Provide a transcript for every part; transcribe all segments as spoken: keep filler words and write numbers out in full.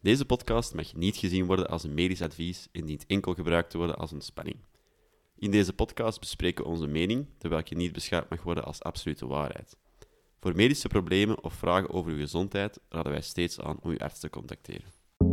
Deze podcast mag niet gezien worden als een medisch advies en dient enkel gebruikt te worden als ontspanning. In deze podcast bespreken we onze mening, terwijl je niet beschouwd mag worden als absolute waarheid. Voor medische problemen of vragen over uw gezondheid raden wij steeds aan om uw arts te contacteren.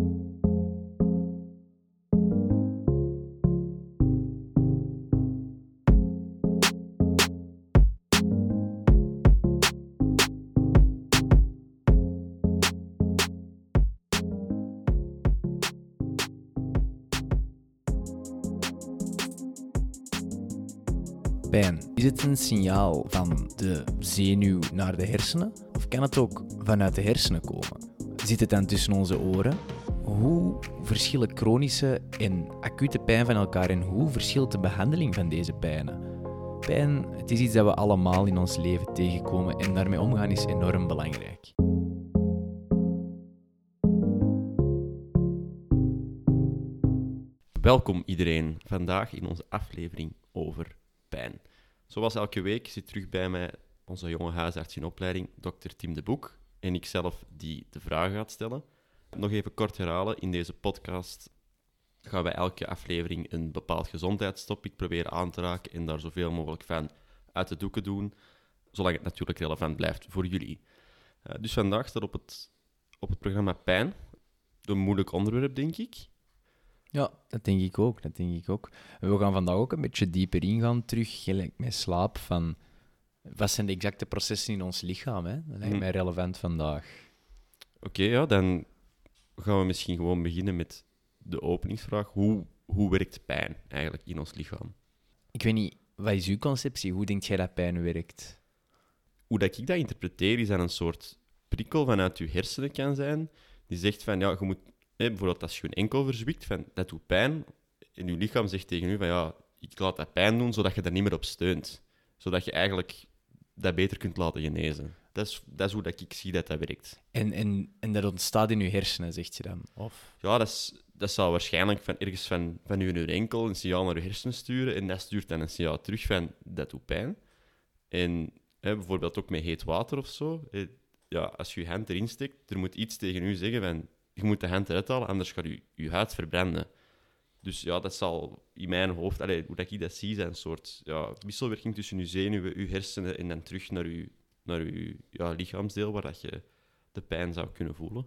Pijn. Is het een signaal van de zenuw naar de hersenen? Of kan het ook vanuit de hersenen komen? Zit het dan tussen onze oren? Hoe verschillen chronische en acute pijn van elkaar en hoe verschilt de behandeling van deze pijnen? Pijn, het is iets dat we allemaal in ons leven tegenkomen en daarmee omgaan is enorm belangrijk. Welkom iedereen, vandaag in onze aflevering over pijn. Zoals elke week zit terug bij mij onze jonge huisarts in opleiding, dokter Tim de Boek, en ikzelf die de vragen gaat stellen. Nog even kort herhalen, in deze podcast gaan wij elke aflevering een bepaald gezondheidstopic proberen aan te raken en daar zoveel mogelijk van uit de doeken doen, zolang het natuurlijk relevant blijft voor jullie. Uh, dus vandaag staat op het, op het programma pijn, een moeilijk onderwerp, denk ik. Ja, dat denk ik ook, dat denk ik ook. En we gaan vandaag ook een beetje dieper ingaan, terug gelijk met slaap, van wat zijn de exacte processen in ons lichaam, hè? Dat lijkt mij relevant vandaag. Oké, okay, ja, dan gaan we misschien gewoon beginnen met de openingsvraag. Hoe, hoe werkt pijn eigenlijk in ons lichaam? Ik weet niet, wat is uw conceptie? Hoe denk jij dat pijn werkt? Hoe dat ik dat interpreteer, is dat een soort prikkel vanuit je hersenen kan zijn, die zegt van, ja, je moet... Hey, bijvoorbeeld als je een enkel verzwikt, van, dat doet pijn. En je lichaam zegt tegen je van ja, ik laat dat pijn doen, zodat je daar niet meer op steunt. Zodat je eigenlijk dat beter kunt laten genezen. Dat is, dat is hoe dat ik zie dat dat werkt. En, en, en dat ontstaat in je hersenen, zeg je dan? Of? Ja, dat, is, dat zal waarschijnlijk van ergens van, van je enkel een signaal naar je hersenen sturen. En dat stuurt dan een signaal terug van dat doet pijn. En hè, bijvoorbeeld ook met heet water of zo. Hè, ja, als je je hand erin steekt, er moet iets tegen je zeggen van... Je moet de hand eruit halen, anders gaat je, je huid verbranden. Dus ja, dat zal in mijn hoofd, allee, hoe dat ik dat zie, zijn een soort ja, wisselwerking tussen je zenuwen, je hersenen en dan terug naar je, naar je ja, lichaamsdeel waar dat je de pijn zou kunnen voelen.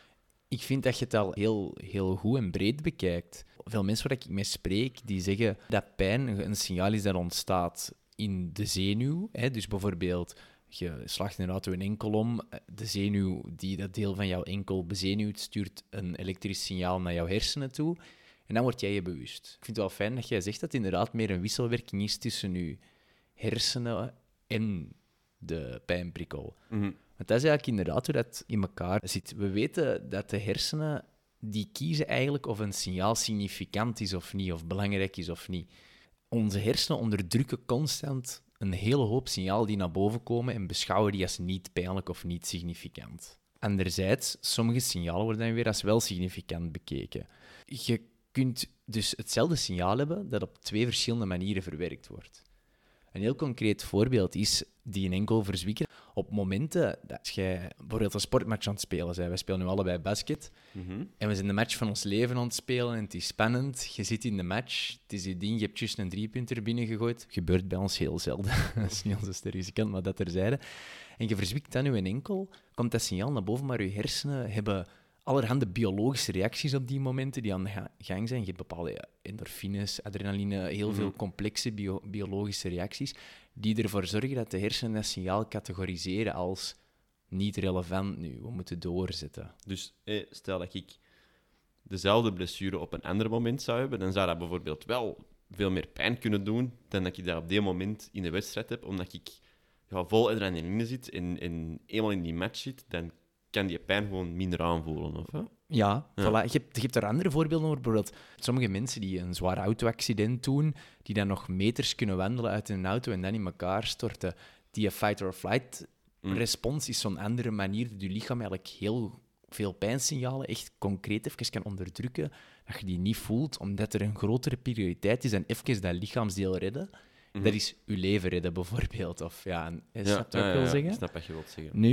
Ik vind dat je het al heel, heel goed en breed bekijkt. Veel mensen waar ik mee spreek, die zeggen dat pijn een signaal is dat ontstaat in de zenuw. Hè? Dus bijvoorbeeld... Je slacht inderdaad een enkel om. De zenuw die dat deel van jouw enkel bezenuwt, stuurt een elektrisch signaal naar jouw hersenen toe. En dan word jij je bewust. Ik vind het wel fijn dat jij zegt dat het inderdaad meer een wisselwerking is tussen je hersenen en de pijnprikkel. Mm-hmm. Want dat is eigenlijk inderdaad hoe dat in elkaar zit. We weten dat de hersenen die kiezen eigenlijk of een signaal significant is of niet, of belangrijk is of niet. Onze hersenen onderdrukken constant een hele hoop signalen die naar boven komen en beschouwen die als niet pijnlijk of niet significant. Anderzijds, sommige signalen worden dan weer als wel significant bekeken. Je kunt dus hetzelfde signaal hebben dat op twee verschillende manieren verwerkt wordt. Een heel concreet voorbeeld is die een enkel verzwikken. Op momenten dat jij bijvoorbeeld een sportmatch aan het spelen bent, wij spelen nu allebei basket, Mm-hmm. en we zijn de match van ons leven aan het spelen en het is spannend. Je zit in de match, het is je ding, je hebt juist een driepunter binnengegooid. Gebeurt bij ons heel zelden, dat is niet onze sterkste kant, maar dat terzijde. En je verzwikt dan je enkel, komt dat signaal naar boven, maar je hersenen hebben allerhande biologische reacties op die momenten die aan de gang zijn. Je hebt bepaalde endorfines, adrenaline, heel veel complexe bio- biologische reacties die ervoor zorgen dat de hersenen dat signaal categoriseren als niet relevant nu, we moeten doorzetten. Dus eh, stel dat ik dezelfde blessure op een ander moment zou hebben, dan zou dat bijvoorbeeld wel veel meer pijn kunnen doen dan dat ik dat op dit moment in de wedstrijd heb, omdat ik ja, vol adrenaline zit en, en eenmaal in die match zit, dan kan die pijn gewoon minder aanvoelen. Of, hè? Ja, Ja. Voilà. Je, hebt, je hebt daar andere voorbeelden over. Bijvoorbeeld sommige mensen die een zwaar auto-accident doen, die dan nog meters kunnen wandelen uit hun auto en dan in elkaar storten. Die fight-or-flight Mm. respons is zo'n andere manier dat je lichaam eigenlijk heel veel pijnsignalen echt concreet even kan onderdrukken, dat je die niet voelt, omdat er een grotere prioriteit is dan even dat lichaamsdeel redden. Mhm. Dat is je leven redden, bijvoorbeeld. Of ja, en- Ja, snap je wat ja, ik wil ja, zeggen? Ik snap wat je wilt zeggen. Nu,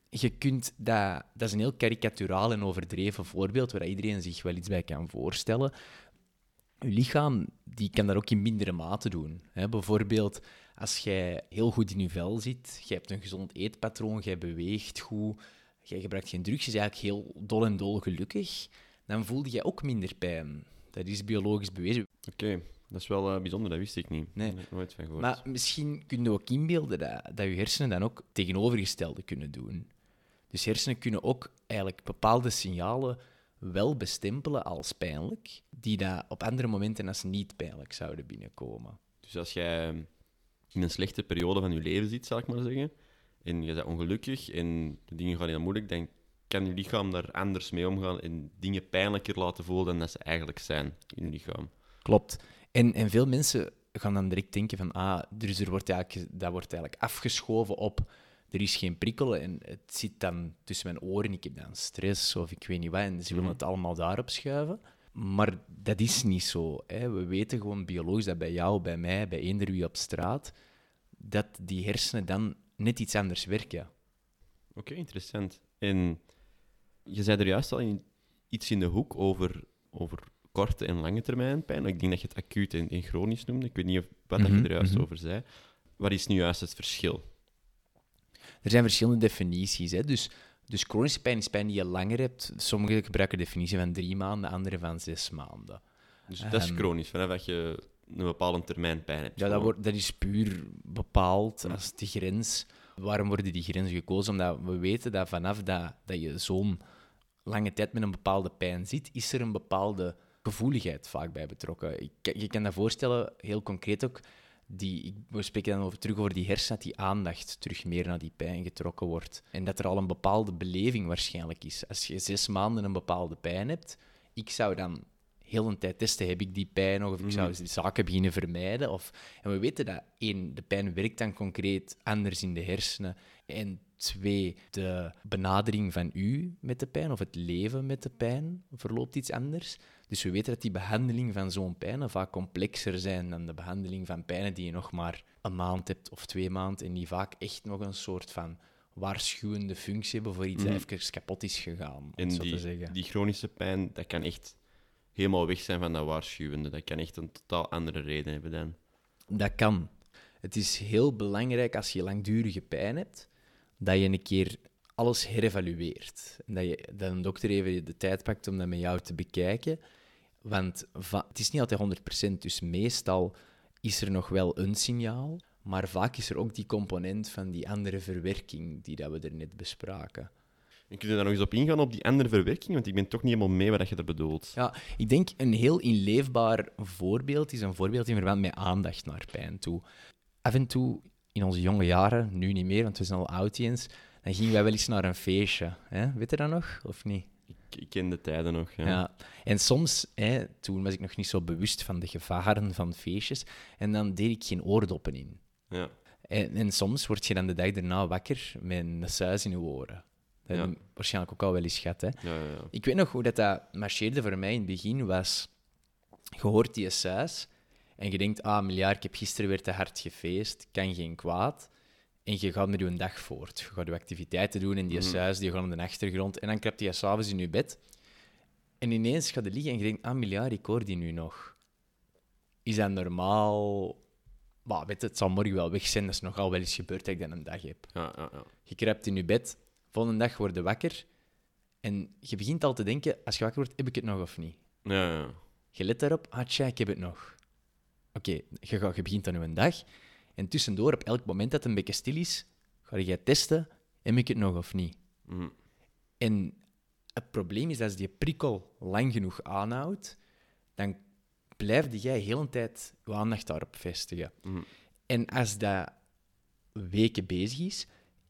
je kunt dat... Dat is een heel karikaturaal en overdreven voorbeeld waar iedereen zich wel iets bij kan voorstellen. Je lichaam die kan dat ook in mindere mate doen. Hè? Bijvoorbeeld, als jij heel goed in je vel zit, je hebt een gezond eetpatroon, jij beweegt goed, jij gebruikt geen drugs, je is eigenlijk heel dol en dol gelukkig, dan voelde je ook minder pijn. Dat is biologisch bewezen. Oké, okay, dat is wel uh, bijzonder, dat wist ik niet. Nee. Daar heb ik nooit van gehoord. Maar misschien kun je ook inbeelden dat, dat je hersenen dan ook tegenovergestelde kunnen doen. Dus hersenen kunnen ook eigenlijk bepaalde signalen wel bestempelen als pijnlijk, die dat op andere momenten als niet pijnlijk zouden binnenkomen. Dus als jij in een slechte periode van je leven zit, zal ik maar zeggen, en je bent ongelukkig en de dingen gaan heel moeilijk, dan kan je lichaam daar anders mee omgaan en dingen pijnlijker laten voelen dan dat ze eigenlijk zijn in je lichaam. Klopt. En, en veel mensen gaan dan direct denken van, ah, dus er wordt eigenlijk, dat wordt eigenlijk afgeschoven op, er is geen prikkel en het zit dan tussen mijn oren, ik heb dan stress of ik weet niet wat, en ze willen het allemaal daarop schuiven. Maar dat is niet zo. Hè. We weten gewoon biologisch dat bij jou, bij mij, bij eender wie op straat, dat die hersenen dan net iets anders werken. Oké, okay, interessant. En je zei er juist al in, iets in de hoek over, over korte en lange termijn pijn. Ik denk dat je het acuut en, en chronisch noemde. Ik weet niet of, wat mm-hmm, dat je er juist mm-hmm. over zei. Wat is nu juist het verschil? Er zijn verschillende definities. Hè. Dus, dus chronische pijn is pijn die je langer hebt. Sommigen gebruiken de definitie van drie maanden, anderen van zes maanden. Dus dat is chronisch, vanaf dat je een bepaalde termijn pijn hebt. Ja, dat, wordt, dat is puur bepaald als de grens. Waarom worden die grenzen gekozen? Omdat we weten dat vanaf dat, dat je zo'n lange tijd met een bepaalde pijn zit, is er een bepaalde gevoeligheid vaak bij betrokken. Je, je kan dat voorstellen, heel concreet ook, die, we spreken dan over, terug over die hersenen, dat die aandacht terug meer naar die pijn getrokken wordt. En dat er al een bepaalde beleving waarschijnlijk is. Als je zes maanden een bepaalde pijn hebt, ik zou dan heel een tijd testen, heb ik die pijn nog, of ik zou die zaken beginnen vermijden. Of, en we weten dat, één, de pijn werkt dan concreet anders in de hersenen. En twee, de benadering van u met de pijn, of het leven met de pijn, verloopt iets anders. Dus we weten dat die behandeling van zo'n pijnen vaak complexer zijn dan de behandeling van pijnen die je nog maar een maand hebt of twee maanden en die vaak echt nog een soort van waarschuwende functie hebben voor iets mm. dat even kapot is gegaan, om en zo die, te zeggen. die chronische pijn, dat kan echt helemaal weg zijn van dat waarschuwende. Dat kan echt een totaal andere reden hebben dan. Dat kan. Het is heel belangrijk als je langdurige pijn hebt, dat je een keer alles herevalueert. En dat, je, dat een dokter even de tijd pakt om dat met jou te bekijken. Want va- het is niet altijd honderd procent, dus meestal is er nog wel een signaal, maar vaak is er ook die component van die andere verwerking die dat we er net bespraken. En kun je daar nog eens op ingaan, op die andere verwerking? Want ik ben toch niet helemaal mee wat je er bedoelt. Ja, ik denk een heel inleefbaar voorbeeld is een voorbeeld in verband met aandacht naar pijn toe. Af en toe, in onze jonge jaren, nu niet meer, want we zijn al oud eens, dan gingen wij wel eens naar een feestje. Hè? Weet je dat nog, of niet? Ik, ik ken de tijden nog, ja. ja. En soms, hè, toen was ik nog niet zo bewust van de gevaren van feestjes, en dan deed ik geen oordoppen in. Ja. En, en soms word je dan de dag daarna wakker met een suis in je oren. Dat heb je ja. waarschijnlijk ook al wel eens gehad, hè? Ja, ja, ja. Ik weet nog hoe dat, dat marcheerde voor mij in het begin, was... Je hoort die suis en je denkt, ah, miljard, ik heb gisteren weer te hard gefeest, kan geen kwaad. En je gaat met je dag voort. Je gaat je activiteiten doen en die mm. suis die gaat op de achtergrond. En dan klapt je s'avonds in je bed. En ineens gaat je liggen en je denkt, ah, miljard, ik hoor die nu nog. Is dat normaal? Bah, weet je, het zal morgen wel weg zijn. Dat is nogal wel eens gebeurd dat ik dan een dag heb. Ja, ja, ja. Je kruipt in je bed, volgende dag word je wakker. En je begint al te denken, als je wakker wordt, heb ik het nog of niet? Ja, ja. Je let daarop, ah, tja, ik heb het nog. Oké, okay, je, gaat, je begint aan je dag. En tussendoor, op elk moment dat het een beetje stil is, ga je testen, heb ik het nog of niet? Mm. En het probleem is dat als die prikkel lang genoeg aanhoudt, dan blijf jij heel een tijd je aandacht daarop vestigen. Mm. En als dat weken bezig is,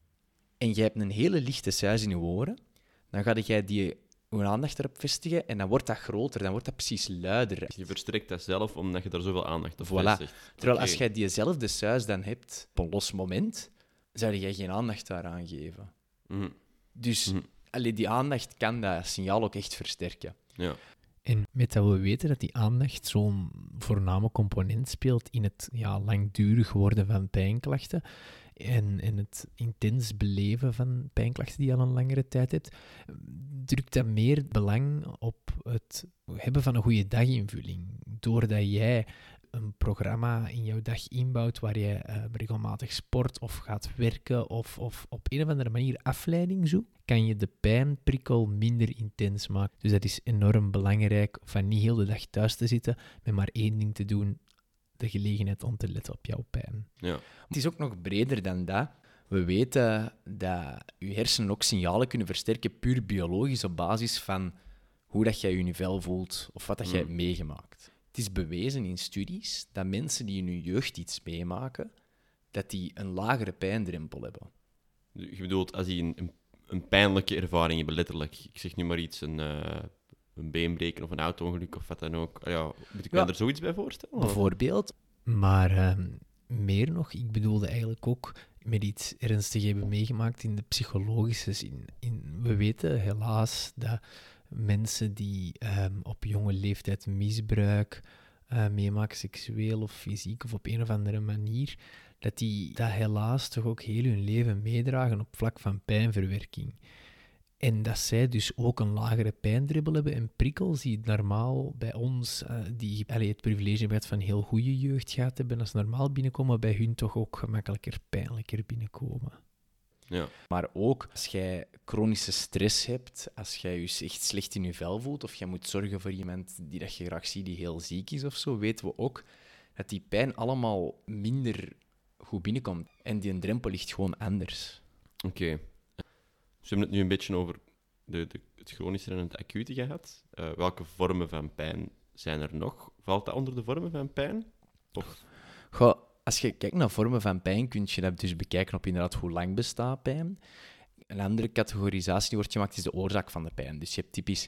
en jij hebt een hele lichte suis in je oren, dan ga jij die je aandacht erop vestigen en dan wordt dat groter, dan wordt dat precies luider. Je verstrekt dat zelf omdat je daar zoveel aandacht op voilà. vestigt. Terwijl okay. als jij diezelfde suis dan hebt op een los moment, zou jij geen aandacht daaraan geven. Mm. Dus mm. allee, die aandacht kan dat signaal ook echt versterken. Ja. En met dat we weten dat die aandacht zo'n voorname component speelt in het ja, langdurig worden van pijnklachten, en, en het intens beleven van pijnklachten die je al een langere tijd hebt, drukt dat meer belang op het hebben van een goede daginvulling. Doordat jij een programma in jouw dag inbouwt waar je uh, regelmatig sport of gaat werken of, of op een of andere manier afleiding zoekt, kan je de pijnprikkel minder intens maken. Dus dat is enorm belangrijk van niet heel de dag thuis te zitten met maar één ding te doen, de gelegenheid om te letten op jouw pijn. Ja. Het is ook nog breder dan dat. We weten dat je hersenen ook signalen kunnen versterken, puur biologisch, op basis van hoe dat jij je in je vel voelt of wat dat jij Mm. hebt meegemaakt. Het is bewezen in studies dat mensen die in hun jeugd iets meemaken, dat die een lagere pijndrempel hebben. Je bedoelt, als die een, een, een pijnlijke ervaring hebben, letterlijk. Ik zeg nu maar iets, een, uh, een been breken of een auto-ongeluk of wat dan ook. Ja, moet ik me Ja. er zoiets bij voorstellen? of? Bijvoorbeeld, Maar ehm, meer nog, ik bedoelde eigenlijk ook met iets ernstigs hebben meegemaakt in de psychologische zin. In, we weten helaas dat mensen die ehm, op jonge leeftijd misbruik uh, meemaken, seksueel of fysiek of op een of andere manier, dat die dat helaas toch ook heel hun leven meedragen op vlak van pijnverwerking. En dat zij dus ook een lagere pijndribbel hebben en prikkels die normaal bij ons, uh, die allee, het privilege hebben van heel goede jeugd gaat hebben, als normaal binnenkomen, bij hun toch ook gemakkelijker, pijnlijker binnenkomen. Ja. maar ook als jij chronische stress hebt, als jij je echt slecht in je vel voelt, of jij moet zorgen voor iemand die dat je graag ziet die heel ziek is of zo, weten we ook dat die pijn allemaal minder goed binnenkomt. En die drempel ligt gewoon anders. Oké. Okay. Dus we hebben het nu een beetje over de, de, het chronische en het acute gehad. Uh, welke vormen van pijn zijn er nog? Valt dat onder de vormen van pijn? Of... Goh, als je kijkt naar vormen van pijn, kun je dat dus bekijken op inderdaad hoe lang bestaat pijn. Een andere categorisatie die wordt gemaakt is de oorzaak van de pijn. Dus je hebt typisch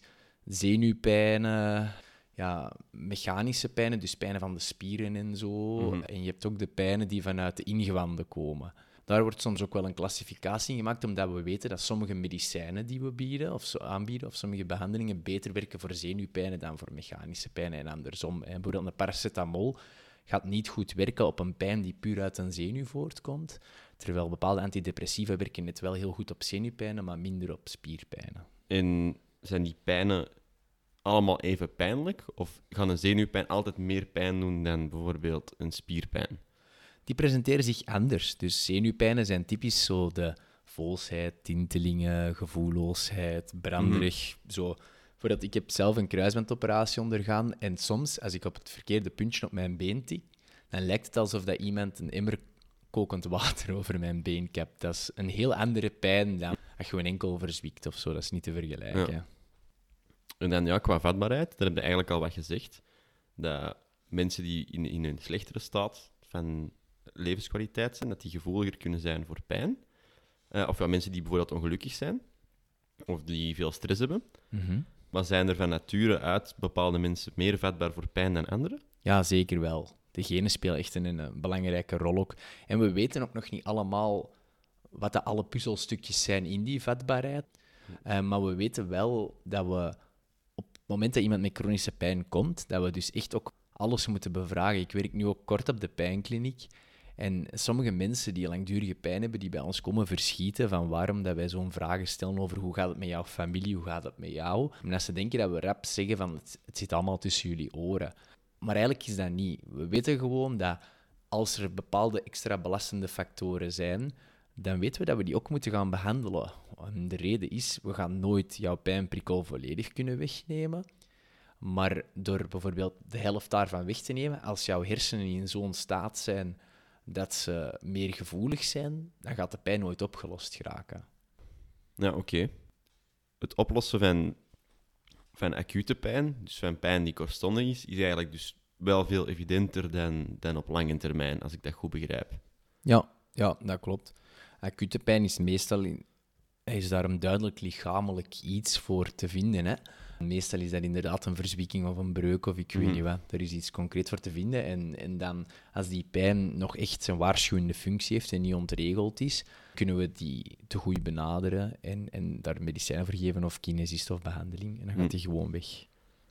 zenuwpijnen, ja, mechanische pijnen, dus pijnen van de spieren en zo. Mm-hmm. En je hebt ook de pijnen die vanuit de ingewanden komen. Daar wordt soms ook wel een klassificatie in gemaakt, omdat we weten dat sommige medicijnen die we bieden, of zo aanbieden, of sommige behandelingen beter werken voor zenuwpijnen dan voor mechanische pijnen en andersom. En bijvoorbeeld een paracetamol gaat niet goed werken op een pijn die puur uit een zenuw voortkomt, terwijl bepaalde antidepressiva werken net wel heel goed op zenuwpijnen, maar minder op spierpijnen. En zijn die pijnen allemaal even pijnlijk? Of gaan een zenuwpijn altijd meer pijn doen dan bijvoorbeeld een spierpijn? Die presenteren zich anders. Dus zenuwpijnen zijn typisch zo de volsheid, tintelingen, gevoelloosheid, branderig. Mm. Zo. Voordat ik heb zelf een kruisbandoperatie ondergaan en soms, als ik op het verkeerde puntje op mijn been tik, dan lijkt het alsof dat iemand een emmer kokend water over mijn been kapt. Dat is een heel andere pijn dan als je een enkel verzwikt of zo. Dat is niet te vergelijken. Ja. En dan ja, qua vatbaarheid, daar heb je eigenlijk al wat gezegd. Dat mensen die in, in een slechtere staat van levenskwaliteit zijn, dat die gevoeliger kunnen zijn voor pijn. Uh, of ja, mensen die bijvoorbeeld ongelukkig zijn, of die veel stress hebben. Mm-hmm. Maar zijn er van nature uit bepaalde mensen meer vatbaar voor pijn dan anderen? Ja, zeker wel. De genen spelen echt een, een belangrijke rol ook. En we weten ook nog niet allemaal wat de alle puzzelstukjes zijn in die vatbaarheid. Uh, maar we weten wel dat we op het moment dat iemand met chronische pijn komt, dat we dus echt ook alles moeten bevragen. Ik werk nu ook kort op de pijnkliniek. En sommige mensen die langdurige pijn hebben, die bij ons komen verschieten van waarom dat wij zo'n vragen stellen over hoe gaat het met jouw familie, hoe gaat het met jou. Omdat ze denken dat we rap zeggen van het, het zit allemaal tussen jullie oren. Maar eigenlijk is dat niet. We weten gewoon dat als er bepaalde extra belastende factoren zijn, dan weten we dat we die ook moeten gaan behandelen. En de reden is, we gaan nooit jouw pijnprikkel volledig kunnen wegnemen. Maar door bijvoorbeeld de helft daarvan weg te nemen, als jouw hersenen in zo'n staat zijn dat ze meer gevoelig zijn, dan gaat de pijn nooit opgelost geraken. Ja, oké. Okay. Het oplossen van, van acute pijn, dus van pijn die kortstondig is, is eigenlijk dus wel veel evidenter dan, dan op lange termijn, als ik dat goed begrijp. Ja, ja, dat klopt. Acute pijn is meestal... In, is daar een duidelijk lichamelijk iets voor te vinden, hè. Meestal is dat inderdaad een verzwikking of een breuk of ik weet mm-hmm. niet wat. Er is iets concreet voor te vinden. En, en dan, als die pijn nog echt zijn waarschuwende functie heeft en niet ontregeld is, kunnen we die te goed benaderen en, en daar medicijnen voor geven of kinesistofbehandeling. En dan gaat die mm. gewoon weg.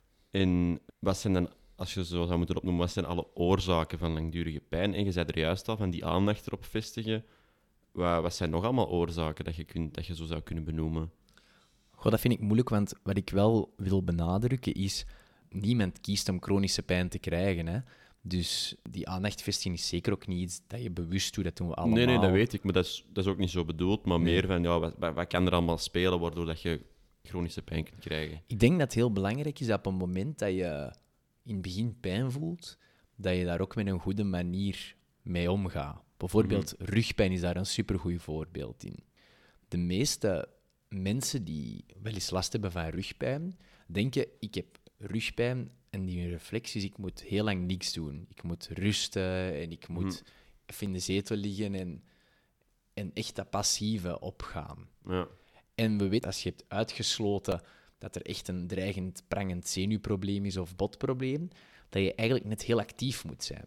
En wat zijn dan, als je zo zou moeten opnoemen, wat zijn alle oorzaken van langdurige pijn? En je zei er juist al, van die aandacht erop vestigen, Wat, wat zijn nog allemaal oorzaken dat je, kunt, dat je zo zou kunnen benoemen? Goh, dat vind ik moeilijk, want wat ik wel wil benadrukken is... Niemand kiest om chronische pijn te krijgen, hè. Dus die aandacht is zeker ook niet iets dat je bewust doet. Dat doen we allemaal. Nee, nee, dat weet ik. Maar dat is, dat is ook niet zo bedoeld. Maar Nee. meer van, ja, wat, wat, wat kan er allemaal spelen waardoor dat je chronische pijn kunt krijgen? Ik denk dat het heel belangrijk is dat op een moment dat je in het begin pijn voelt, dat je daar ook met een goede manier mee omgaat. Bijvoorbeeld rugpijn is daar een supergoed voorbeeld in. De meeste mensen die wel eens last hebben van rugpijn, denken, ik heb rugpijn en die reflex is, ik moet heel lang niks doen. Ik moet rusten en ik moet Mhm. even in de zetel liggen en, en echt dat passieve opgaan. Ja. En we weten, als je hebt uitgesloten dat er echt een dreigend, prangend zenuwprobleem is of botprobleem, dat je eigenlijk net heel actief moet zijn.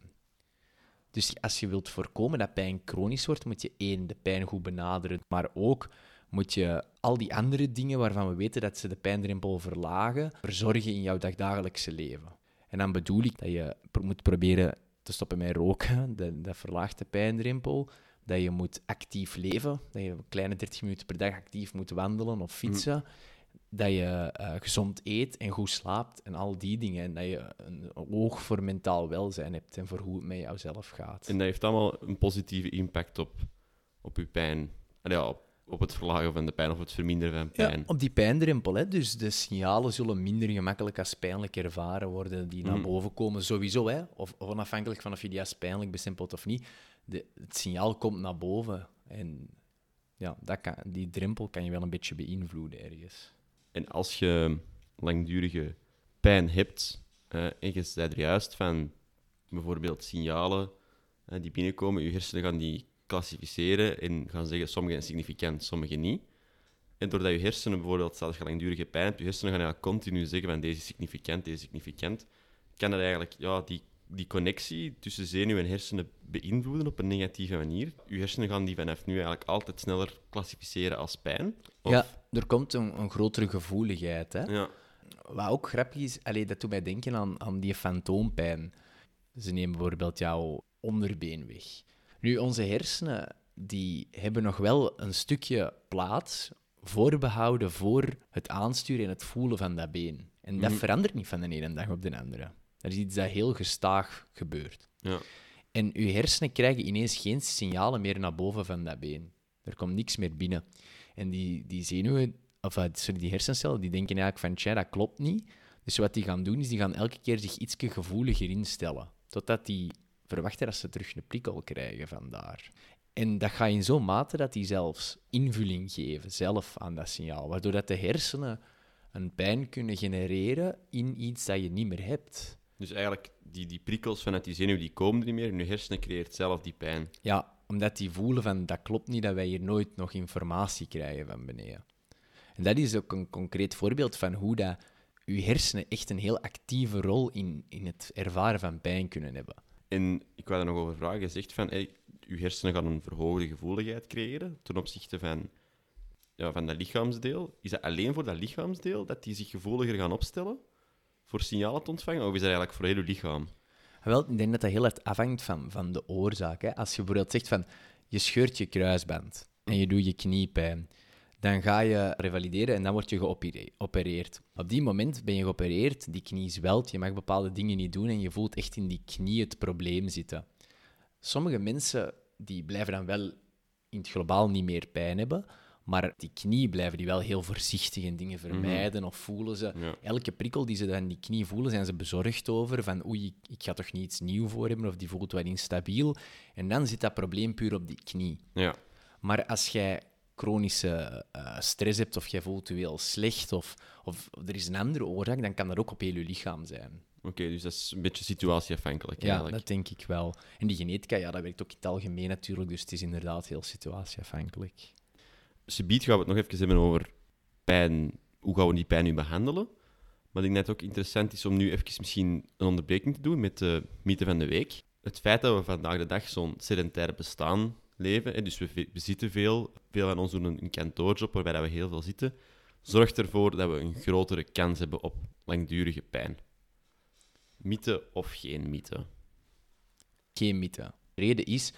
Dus als je wilt voorkomen dat pijn chronisch wordt, moet je één, de pijn goed benaderen, maar ook moet je al die andere dingen waarvan we weten dat ze de pijndrempel verlagen, verzorgen in jouw dagdagelijkse leven. En dan bedoel ik dat je pro- moet proberen te stoppen met roken, dat, dat verlaagt de pijndrempel. Dat je moet actief leven, dat je een kleine dertig minuten per dag actief moet wandelen of fietsen. Dat je eh, gezond eet en goed slaapt en al die dingen. En dat je een oog voor mentaal welzijn hebt en voor hoe het met jouzelf gaat. En dat heeft allemaal een positieve impact op, op je pijn. Allee, ja, op, op het verlagen van de pijn of het verminderen van pijn. Ja, op die pijndrempel. Hè. Dus de signalen zullen minder gemakkelijk als pijnlijk ervaren worden die naar Mhm. boven komen. Sowieso, hè. Of, of onafhankelijk van of je die als pijnlijk bestempelt of niet. De, het signaal komt naar boven. En ja, dat kan, die drempel kan je wel een beetje beïnvloeden ergens. En als je langdurige pijn hebt, eh, en je zei er juist van bijvoorbeeld signalen eh, die binnenkomen, je hersenen gaan die klassificeren en gaan zeggen sommige zijn significant, sommige niet. En doordat je hersenen bijvoorbeeld, als je langdurige pijn hebt, je hersenen gaan eigenlijk continu zeggen van deze is significant, deze is significant, kan dat eigenlijk ja, die, die connectie tussen zenuw en hersenen beïnvloeden op een negatieve manier. Je hersenen gaan die vanaf nu eigenlijk altijd sneller klassificeren als pijn. Of- Ja, er komt een, een grotere gevoeligheid. Hè. ja. Wat ook grappig is, allee, dat doet mij denken aan, aan die fantoompijn. Ze nemen bijvoorbeeld jouw onderbeen weg. Nu, onze hersenen die hebben nog wel een stukje plaats voorbehouden voor het aansturen en het voelen van dat been. En dat Mhm. verandert niet van de ene dag op de andere. Dat is iets dat heel gestaag gebeurt. Ja. En uw hersenen krijgen ineens geen signalen meer naar boven van dat been. Er komt niks meer binnen. En die, die zenuwen, of uh, sorry, die hersencellen, die denken eigenlijk van, tja, dat klopt niet. Dus wat die gaan doen, is die gaan elke keer zich iets gevoeliger instellen. Totdat die verwachten dat ze terug een prikkel krijgen vandaar. En dat gaat in zo'n mate dat die zelfs invulling geven, zelf aan dat signaal. Waardoor dat de hersenen een pijn kunnen genereren in iets dat je niet meer hebt. Dus eigenlijk, die, die prikkels vanuit die zenuw, die komen er niet meer. En je hersenen creëert zelf die pijn. Ja, omdat die voelen van, dat klopt niet, dat wij hier nooit nog informatie krijgen van beneden. En dat is ook een concreet voorbeeld van hoe dat uw hersenen echt een heel actieve rol in, in het ervaren van pijn kunnen hebben. En ik wou daar nog over vragen. Je zegt van, hey, je hersenen gaan een verhoogde gevoeligheid creëren ten opzichte van, ja, van dat lichaamsdeel. Is dat alleen voor dat lichaamsdeel dat die zich gevoeliger gaan opstellen voor signalen te ontvangen? Of is dat eigenlijk voor heel je lichaam? Wel, ik denk dat dat heel hard afhangt van, van de oorzaak. Hè. Als je bijvoorbeeld zegt van, je scheurt je kruisband en je doet je kniepijn, dan ga je revalideren en dan word je geopereerd. Op die moment ben je geopereerd, die knie zwelt, je mag bepaalde dingen niet doen en je voelt echt in die knie het probleem zitten. Sommige mensen die blijven dan wel in het globaal niet meer pijn hebben, maar die knie blijven die wel heel voorzichtig en dingen vermijden of voelen ze. Ja. Elke prikkel die ze dan in die knie voelen, zijn ze bezorgd over. Van oei, ik, ik ga toch niet iets nieuws voor hebben of die voelt wat instabiel. En dan zit dat probleem puur op die knie. Ja. Maar als jij chronische uh, stress hebt of jij voelt je heel slecht of, of er is een andere oorzaak, dan kan dat ook op heel je lichaam zijn. Oké, dus dat is een beetje situatieafhankelijk Ja, eigenlijk. dat denk ik wel. En die genetica, ja, dat werkt ook in het algemeen natuurlijk, dus het is inderdaad heel situatieafhankelijk. Subiet gaan we het nog even hebben over pijn. Hoe gaan we die pijn nu behandelen? Maar ik denk dat het ook interessant is om nu even misschien een onderbreking te doen met de mythe van de week. Het feit dat we vandaag de dag zo'n sedentair bestaan leven, hè, dus we, we zitten veel, veel van ons doen een, een kantoorjob waarbij dat we heel veel zitten, zorgt ervoor dat we een grotere kans hebben op langdurige pijn. Mythe of geen mythe? Geen mythe. De reden is,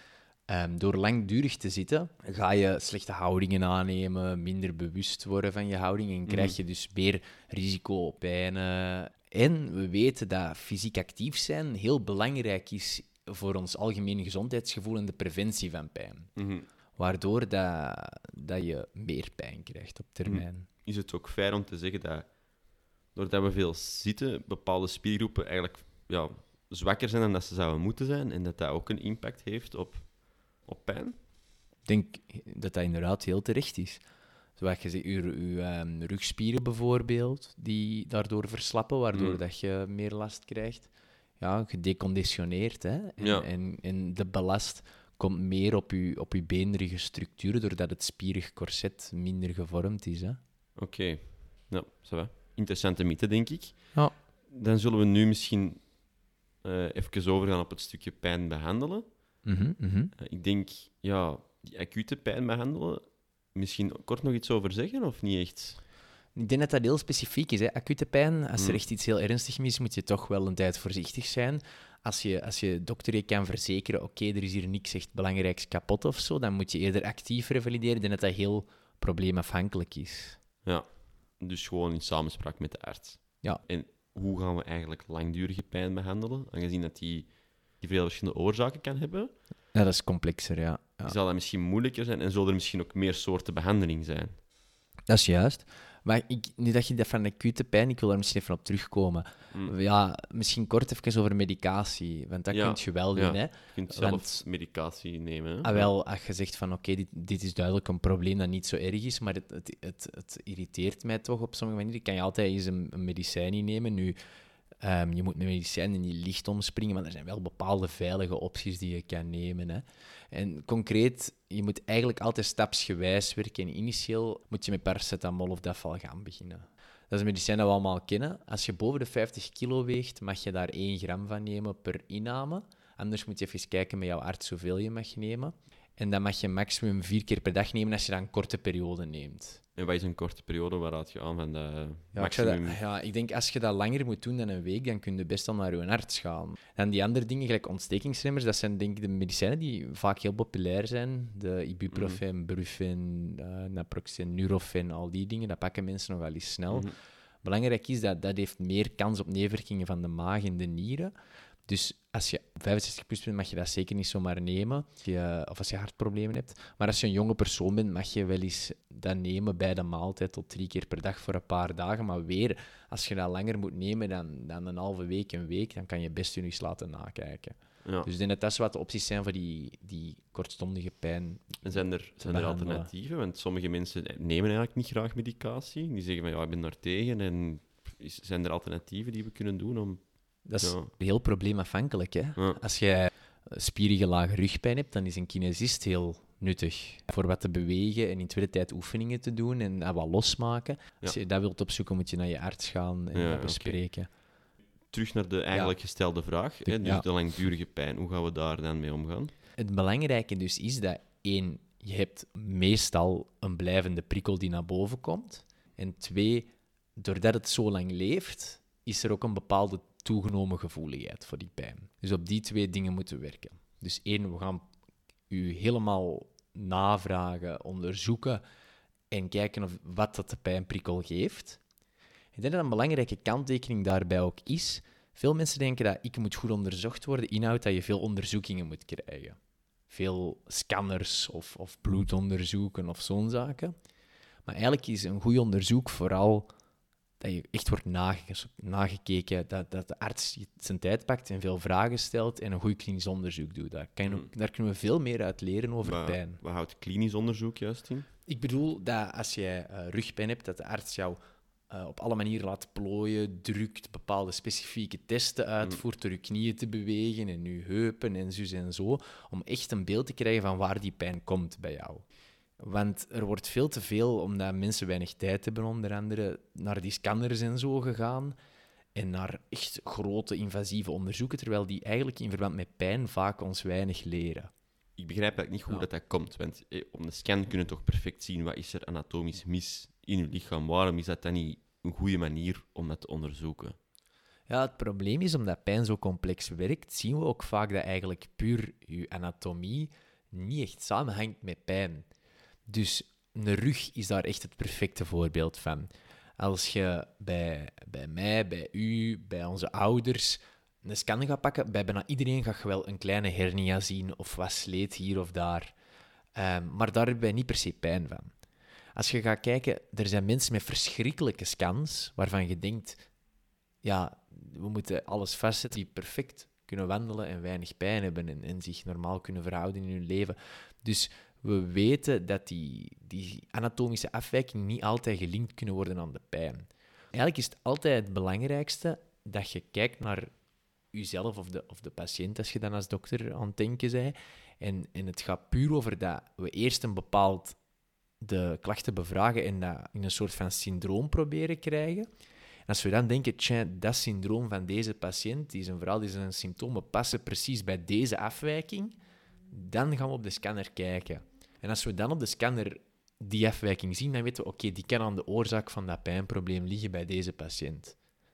Um, door langdurig te zitten, ga je slechte houdingen aannemen, minder bewust worden van je houding en krijg je dus meer risico op pijnen. En we weten dat fysiek actief zijn heel belangrijk is voor ons algemene gezondheidsgevoel en de preventie van pijn. Mm-hmm. Waardoor dat, dat je meer pijn krijgt op termijn. Is het ook fijn om te zeggen dat doordat we veel zitten, bepaalde spiergroepen eigenlijk ja, zwakker zijn dan dat ze zouden moeten zijn en dat dat ook een impact heeft op, op pijn? Ik denk dat dat inderdaad heel terecht is. Zoals je zegt, je, je um, rugspieren bijvoorbeeld, die daardoor verslappen, waardoor mm. dat je meer last krijgt. Ja, gedeconditioneerd, hè. En, ja. en, en de belast komt meer op je, op je beenderige structuur, doordat het spierig corset minder gevormd is. Oké. Okay. Ja, ça va. Interessante mythe, denk ik. Ja. Dan zullen we nu misschien uh, even overgaan op het stukje pijn behandelen. Mm-hmm, mm-hmm. Uh, ik denk, ja, die acute pijn behandelen, misschien kort nog iets over zeggen, of niet echt? Ik denk dat dat heel specifiek is. Hè. Acute pijn, als er Mm. echt iets heel ernstigs is, moet je toch wel een tijd voorzichtig zijn. Als je, als je dokter je kan verzekeren, oké, okay, er is hier niks echt belangrijks kapot of zo, dan moet je eerder actief revalideren. Ik denk dat dat heel probleemafhankelijk is. Ja, dus gewoon in samenspraak met de arts. Ja. En hoe gaan we eigenlijk langdurige pijn behandelen, aangezien dat die, die veel verschillende oorzaken kan hebben? Ja, dat is complexer, ja. ja. Zal dat misschien moeilijker zijn en zullen er misschien ook meer soorten behandeling zijn? Dat is juist. Maar ik, nu dat je dat van acute pijn, ik wil daar misschien even op terugkomen. Mm. Ja, misschien kort even over medicatie, want dat Ja, kun je wel doen. ja. Hè? Je kunt zelf Want- medicatie nemen. Hè? Ah, wel, als je zegt van oké, dit, dit is duidelijk een probleem dat niet zo erg is, maar het, het, het, het irriteert mij toch op sommige manieren. Kan je altijd eens een, een medicijn innemen. Nu, ehm, je moet met medicijnen niet licht omspringen, maar er zijn wel bepaalde veilige opties die je kan nemen. Hè. En concreet, je moet eigenlijk altijd stapsgewijs werken. En initieel moet je met paracetamol of dafalgan beginnen. Dat is een medicijn dat we allemaal kennen. Als je boven de vijftig kilo weegt, mag je daar één gram van nemen per inname. Anders moet je even kijken met jouw arts hoeveel je mag nemen. En dan mag je maximum vier keer per dag nemen als je dat een korte periode neemt. En wat is een korte periode? Waar raad je aan van de Ja, ik, maximum? zou dat- ja, ik denk als je dat langer moet doen dan een week, dan kun je best wel naar je arts gaan. En die andere dingen, gelijk ontstekingsremmers, dat zijn denk ik de medicijnen die vaak heel populair zijn. De ibuprofen, Mhm. brufen, uh, naproxen, nurofen, al die dingen, dat pakken mensen nog wel eens snel. Mhm. Belangrijk is dat dat heeft meer kans op nevenwerkingen van de maag en de nieren. Dus als je vijfenzestig plus bent, mag je dat zeker niet zomaar nemen. Als je, of als je hartproblemen hebt. Maar als je een jonge persoon bent, mag je wel eens dat nemen bij de maaltijd tot drie keer per dag voor een paar dagen. Maar weer, als je dat langer moet nemen dan, dan een halve week, een week, dan kan je best je eens laten nakijken. Ja. Dus ik denk dat dat zo wat de opties zijn voor die, die kortstondige pijn. En zijn er, zijn er behandelen. alternatieven? Want sommige mensen nemen eigenlijk niet graag medicatie. Die zeggen van ja, ik ben daar tegen. En is, zijn er alternatieven die we kunnen doen om... Dat is Ja. heel probleemafhankelijk. Hè? Ja. Als jij spierige lage rugpijn hebt, dan is een kinesist heel nuttig. Voor wat te bewegen en in tweede tijd oefeningen te doen en dat wat losmaken. Als Ja. je dat wilt opzoeken, moet je naar je arts gaan en Ja, dat oké. bespreken. Terug naar de eigenlijk gestelde vraag. Hè? Dus Ja. de langdurige pijn. Hoe gaan we daar dan mee omgaan? Het belangrijke dus is dat, één, je hebt meestal een blijvende prikkel die naar boven komt. En twee, doordat het zo lang leeft, is er ook een bepaalde toegenomen gevoeligheid voor die pijn. Dus op die twee dingen moeten we werken. Dus één, we gaan u helemaal navragen, onderzoeken en kijken of wat dat de pijnprikkel geeft. Ik denk dat een belangrijke kanttekening daarbij ook is. Veel mensen denken dat ik moet goed onderzocht worden, inhoudt dat je veel onderzoekingen moet krijgen. Veel scanners of, of bloedonderzoeken of zo'n zaken. Maar eigenlijk is een goed onderzoek vooral dat je echt wordt nage- nagekeken, dat, dat de arts zijn tijd pakt en veel vragen stelt en een goed klinisch onderzoek doet. Daar, kan je ook- daar kunnen we veel meer uit leren over Wat, pijn. wat houdt klinisch onderzoek juist in? Ik bedoel dat als jij eh, rugpijn hebt, dat de arts jou eh, op alle manieren laat plooien, drukt, bepaalde specifieke testen uitvoert door je knieën te bewegen en je heupen en zus en zo, om echt een beeld te krijgen van waar die pijn komt bij jou. Want er wordt veel te veel, omdat mensen weinig tijd hebben, onder andere, naar die scanners en zo gegaan en naar echt grote invasieve onderzoeken, terwijl die eigenlijk in verband met pijn vaak ons weinig leren. Ik begrijp eigenlijk niet hoe Ja. dat, dat komt. Want eh, op de scan kun je toch perfect zien wat is er anatomisch mis in je lichaam. Waarom is dat dan niet een goede manier om dat te onderzoeken? Ja, het probleem is, omdat pijn zo complex werkt, zien we ook vaak dat eigenlijk puur je anatomie niet echt samenhangt met pijn. Dus een rug is daar echt het perfecte voorbeeld van. Als je bij, bij mij, bij u, bij onze ouders een scan gaat pakken, bij bijna iedereen ga je wel een kleine hernia zien of wat sleet hier of daar. Um, maar daar heb je niet per se pijn van. Als je gaat kijken, er zijn mensen met verschrikkelijke scans waarvan je denkt, ja, we moeten alles vastzetten, die perfect kunnen wandelen en weinig pijn hebben en, en zich normaal kunnen verhouden in hun leven. Dus we weten dat die, die anatomische afwijkingen niet altijd gelinkt kunnen worden aan de pijn. Eigenlijk is het altijd het belangrijkste dat je kijkt naar jezelf of de, of de patiënt, als je dan als dokter aan het denken bent. En, en het gaat puur over dat we eerst een bepaald de klachten bevragen en dat in een soort van syndroom proberen krijgen. En als we dan denken, tja, dat syndroom van deze patiënt, die zijn verhaal, die zijn symptomen passen precies bij deze afwijking, dan gaan we op de scanner kijken. En als we dan op de scanner die afwijking zien, dan weten we, oké, okay, die kan aan de oorzaak van dat pijnprobleem liggen bij deze patiënt.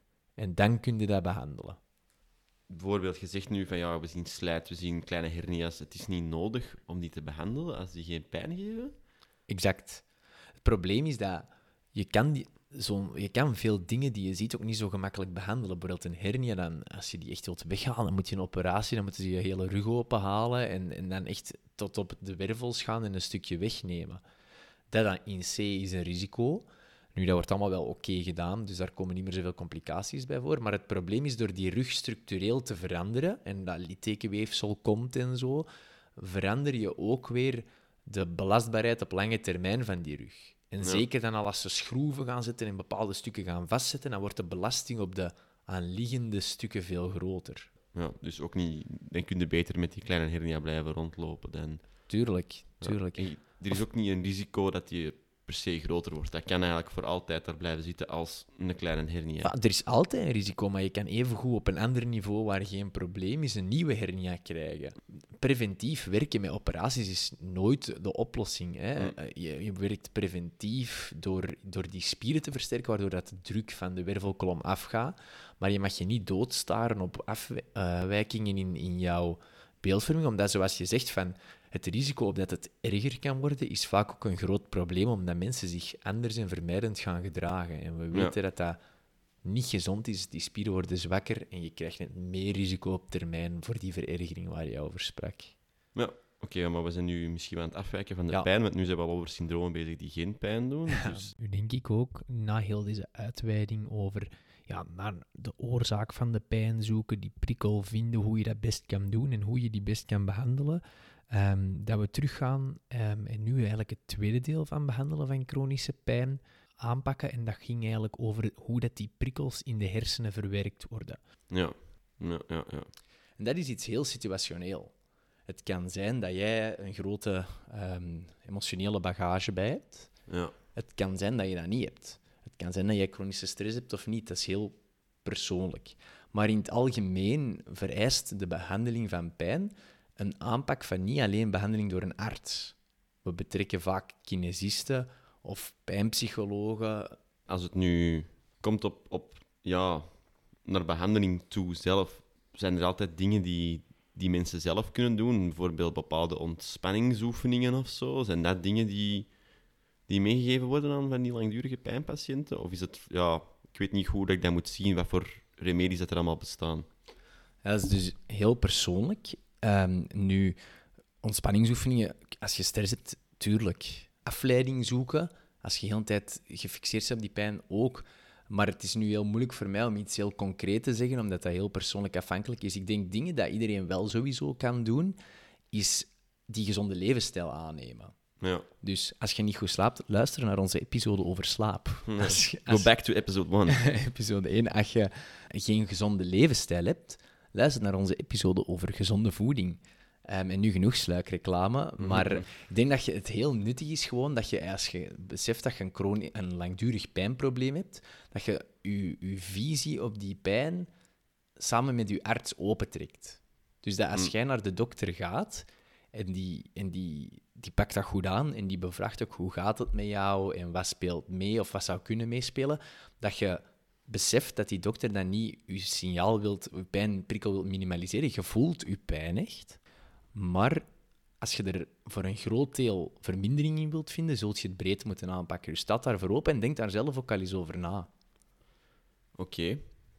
En dan kun je dat behandelen. Bijvoorbeeld, je zegt nu van ja, we zien slijt, we zien kleine hernia's. Het is niet nodig om die te behandelen als die geen pijn geven? Exact. Het probleem is dat je kan, die, zo, je kan veel dingen die je ziet ook niet zo gemakkelijk behandelen. Bijvoorbeeld een hernia, dan, als je die echt wilt weghalen, dan moet je een operatie, dan moeten ze je hele rug openhalen en, en dan echt tot op de wervels gaan en een stukje wegnemen. Dat dan in C is een risico. Nu, dat wordt allemaal wel oké okay gedaan, dus daar komen niet meer zoveel complicaties bij voor. Maar het probleem is door die rug structureel te veranderen, en dat littekenweefsel komt en zo, verander je ook weer de belastbaarheid op lange termijn van die rug. En ja. Zeker dan al als ze schroeven gaan zetten en bepaalde stukken gaan vastzetten, dan wordt de belasting op de aanliggende stukken veel groter. Ja, dus ook niet... Dan kun je beter met die kleine hernia blijven rondlopen dan... Tuurlijk, tuurlijk. Ja. Er is ook niet een risico dat je per se groter wordt. Dat kan eigenlijk voor altijd daar blijven zitten als een kleine hernia. Ja, er is altijd een risico, maar je kan evengoed op een ander niveau waar geen probleem is, een nieuwe hernia krijgen. Preventief werken met operaties is nooit de oplossing. Hè. Mm. Je, je werkt preventief door, door die spieren te versterken, waardoor dat de druk van de wervelkolom afgaat. Maar je mag je niet doodstaren op afwijkingen in, in jouw beeldvorming, omdat, zoals je zegt, van het risico op dat het erger kan worden, is vaak ook een groot probleem, omdat mensen zich anders en vermijdend gaan gedragen. En we weten ja. dat dat niet gezond is. Die spieren worden zwakker en je krijgt net meer risico op termijn voor die verergering waar je over sprak. Ja, oké, okay, maar we zijn nu misschien aan het afwijken van de ja. pijn, want nu zijn we al over syndromen bezig die geen pijn doen. Ja, dus... Nu denk ik ook, na heel deze uitweiding over ja, naar de oorzaak van de pijn zoeken, die prikkel vinden, hoe je dat best kan doen en hoe je die best kan behandelen, Um, dat we teruggaan um, en nu eigenlijk het tweede deel van behandelen van chronische pijn aanpakken. En dat ging eigenlijk over hoe dat die prikkels in de hersenen verwerkt worden. Ja, ja, ja. ja. En dat is iets heel situationeel. Het kan zijn dat jij een grote um, emotionele bagage bij hebt. Ja. Het kan zijn dat je dat niet hebt. Het kan zijn dat jij chronische stress hebt of niet. Dat is heel persoonlijk. Maar in het algemeen vereist de behandeling van pijn een aanpak van niet alleen behandeling door een arts. We betrekken vaak kinesisten of pijnpsychologen. Als het nu komt op, op ja, naar behandeling toe zelf, zijn er altijd dingen die, die mensen zelf kunnen doen. Bijvoorbeeld bepaalde ontspanningsoefeningen of zo. Zijn dat dingen die, die meegegeven worden aan van die langdurige pijnpatiënten? Of is het, ja, ik weet niet hoe dat ik dat moet zien, wat voor remedies dat er allemaal bestaan. Ja, dat is dus heel persoonlijk. Um, nu, ontspanningsoefeningen, als je stress hebt, tuurlijk. Afleiding zoeken, als je de hele tijd gefixeerd bent op die pijn, ook. Maar het is nu heel moeilijk voor mij om iets heel concreet te zeggen, omdat dat heel persoonlijk afhankelijk is. Ik denk dingen dat iedereen wel sowieso kan doen, is die gezonde levensstijl aannemen. Ja. Dus als je niet goed slaapt, luister naar onze episode over slaap. Ja. Als je, als... Go back to episode one. episode één. Als je geen gezonde levensstijl hebt, luister naar onze episode over gezonde voeding. Um, en nu genoeg sluikreclame, mm-hmm. maar ik denk dat je, het heel nuttig is gewoon dat je, als je beseft dat je een, chronie, een langdurig pijnprobleem hebt, dat je je, je visie op die pijn samen met je arts opentrekt. Dus dat als mm. jij naar de dokter gaat en, die, en die, die pakt dat goed aan en die bevraagt ook hoe gaat het met jou en wat speelt mee of wat zou kunnen meespelen, dat je beseft dat die dokter dan niet je signaal wilt, je pijnprikkel wilt minimaliseren. Je voelt je pijn echt. Maar als je er voor een groot deel vermindering in wilt vinden, zult je het breed moeten aanpakken. Dus staat daarvoor open en denk daar zelf ook al eens over na. Oké. Okay.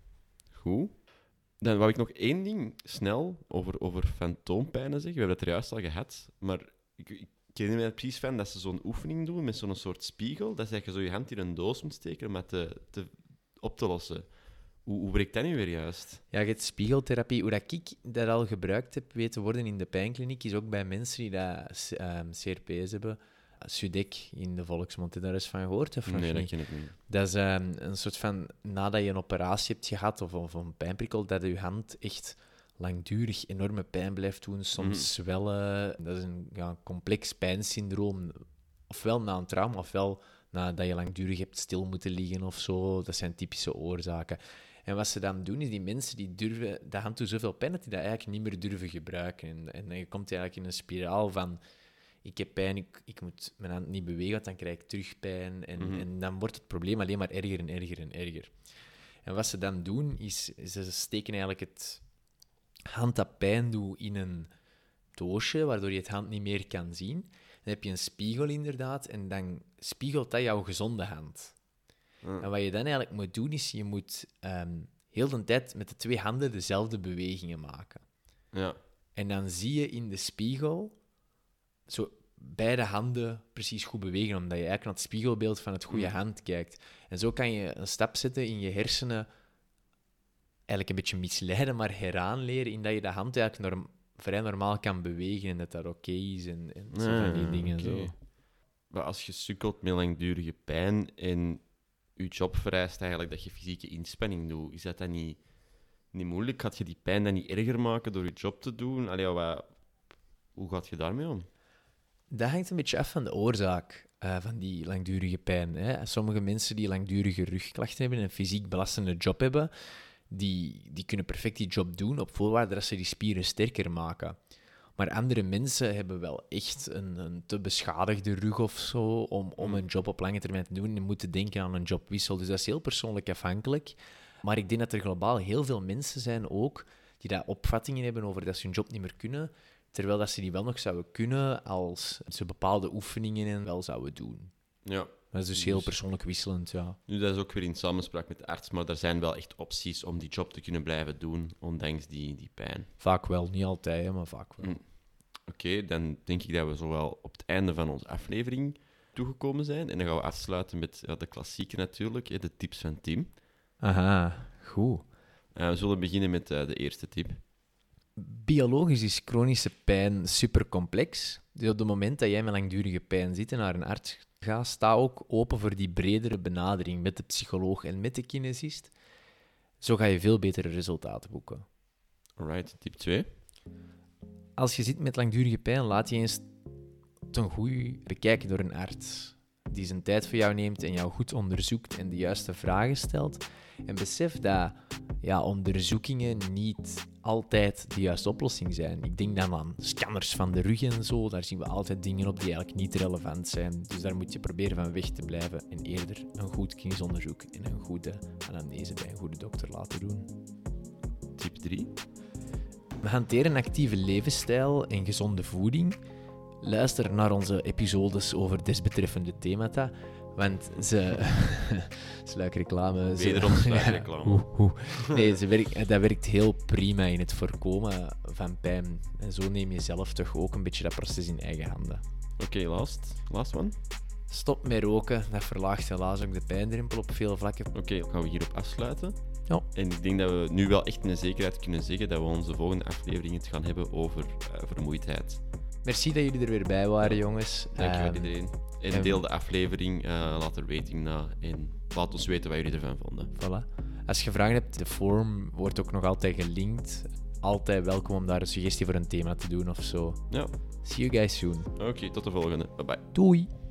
Goed. Dan wou ik nog één ding snel over, over fantoompijnen zeggen. We hebben het er juist al gehad, maar ik, ik ken me er precies van dat ze zo'n oefening doen met zo'n soort spiegel, dat je zo je hand in een doos moet steken om dat te, te, op te lossen. Hoe, hoe werkt dat nu weer juist? Ja, je hebt spiegeltherapie. Hoe dat ik dat al gebruikt heb weten worden in de pijnkliniek, is ook bij mensen die dat, um, C R P S hebben. Sudec in de volksmond. Heb je daar eens van gehoord? Of Nee, niet? dat ken ik niet. Dat is um, een soort van, nadat je een operatie hebt gehad of, of een pijnprikkel, dat je hand echt langdurig enorme pijn blijft doen, soms Mhm. zwellen. Dat is een ja, complex pijnsyndroom. Ofwel na een trauma, ofwel nadat je langdurig hebt stil moeten liggen of zo. Dat zijn typische oorzaken. En wat ze dan doen, is die mensen die durven... Dat hand doet zoveel pijn dat die dat eigenlijk niet meer durven gebruiken. En, en dan komt je eigenlijk in een spiraal van... Ik heb pijn, ik, ik moet mijn hand niet bewegen, want dan krijg ik terug pijn. En, Mhm. en dan wordt het probleem alleen maar erger en erger en erger. En wat ze dan doen, is... Ze steken eigenlijk het hand dat pijn doet in een doosje, waardoor je het hand niet meer kan zien. Dan heb je een spiegel inderdaad, en dan spiegelt dat jouw gezonde hand. Ah. En wat je dan eigenlijk moet doen, is je moet um, heel de tijd met de twee handen dezelfde bewegingen maken. Ja. En dan zie je in de spiegel zo beide handen precies goed bewegen, omdat je eigenlijk naar het spiegelbeeld van het goede Mm. hand kijkt. En zo kan je een stap zetten in je hersenen, eigenlijk een beetje misleiden, maar heraanleren, in dat je de hand eigenlijk norm- vrij normaal kan bewegen en dat dat oké is en, en zo van die Ah, dingen. oké. Zo. Maar als je sukkelt met langdurige pijn en je job vereist eigenlijk dat je fysieke inspanning doet, is dat dan niet, niet moeilijk? Gaat je die pijn dan niet erger maken door je job te doen? Allee, wat, hoe gaat je daarmee om? Dat hangt een beetje af van de oorzaak uh, van die langdurige pijn. Hè. Sommige mensen die langdurige rugklachten hebben en een fysiek belastende job hebben, die, die kunnen perfect die job doen op voorwaarde dat ze die spieren sterker maken. Maar andere mensen hebben wel echt een, een te beschadigde rug of zo om, om een job op lange termijn te doen en moeten denken aan een jobwissel. Dus dat is heel persoonlijk afhankelijk. Maar ik denk dat er globaal heel veel mensen zijn ook die daar opvattingen hebben over dat ze hun job niet meer kunnen, terwijl dat ze die wel nog zouden kunnen als ze bepaalde oefeningen wel zouden doen. Ja. Dat is dus heel persoonlijk wisselend, ja. Nu, dat is ook weer in samenspraak met de arts, maar er zijn wel echt opties om die job te kunnen blijven doen, ondanks die, die pijn. Vaak wel, niet altijd, hè, maar vaak wel. Mm. Oké, okay, dan denk ik dat we zowel op het einde van onze aflevering toegekomen zijn. En dan gaan we afsluiten met ja, de klassieke natuurlijk, hè, de tips van Tim. Aha, goed. Uh, we zullen beginnen met uh, de eerste tip. Biologisch is chronische pijn super complex. Dus op het moment dat jij met langdurige pijn zit en naar een arts gaat, sta ook open voor die bredere benadering met de psycholoog en met de kinesist. Zo ga je veel betere resultaten boeken. Alright, tip twee. Als je zit met langdurige pijn, laat je eens ten goede bekijken door een arts die zijn tijd voor jou neemt en jou goed onderzoekt en de juiste vragen stelt. En besef dat ja, onderzoekingen niet altijd de juiste oplossing zijn. Ik denk dan aan scanners van de rug en zo. Daar zien we altijd dingen op die eigenlijk niet relevant zijn. Dus daar moet je proberen van weg te blijven en eerder een goed klinisch onderzoek en een goede anamnese bij een goede dokter laten doen. Tip drie. We hanteren een actieve levensstijl en gezonde voeding. Luister naar onze episodes over desbetreffende themata, want ze... sluikreclame. Ze... Wederom sluikreclame. Ja, oeh, oeh. Nee, ze werkt, dat werkt heel prima in het voorkomen van pijn. En zo neem je zelf toch ook een beetje dat proces in eigen handen. Oké, okay, last. Last one. Stop met roken. Dat verlaagt helaas ook de pijndrempel op veel vlakken. Oké, okay, dan gaan we hierop afsluiten. Ja. En ik denk dat we nu wel echt met zekerheid kunnen zeggen dat we onze volgende aflevering het gaan hebben over uh, vermoeidheid. Merci dat jullie er weer bij waren, jongens. Dankjewel um, iedereen. En deel de aflevering, uh, laat er rating na en laat ons weten wat jullie ervan vonden. Voilà. Als je vragen hebt, de forum wordt ook nog altijd gelinkt. Altijd welkom om daar een suggestie voor een thema te doen of zo. Ja. See you guys soon. Oké, okay, tot de volgende. Bye bye. Doei!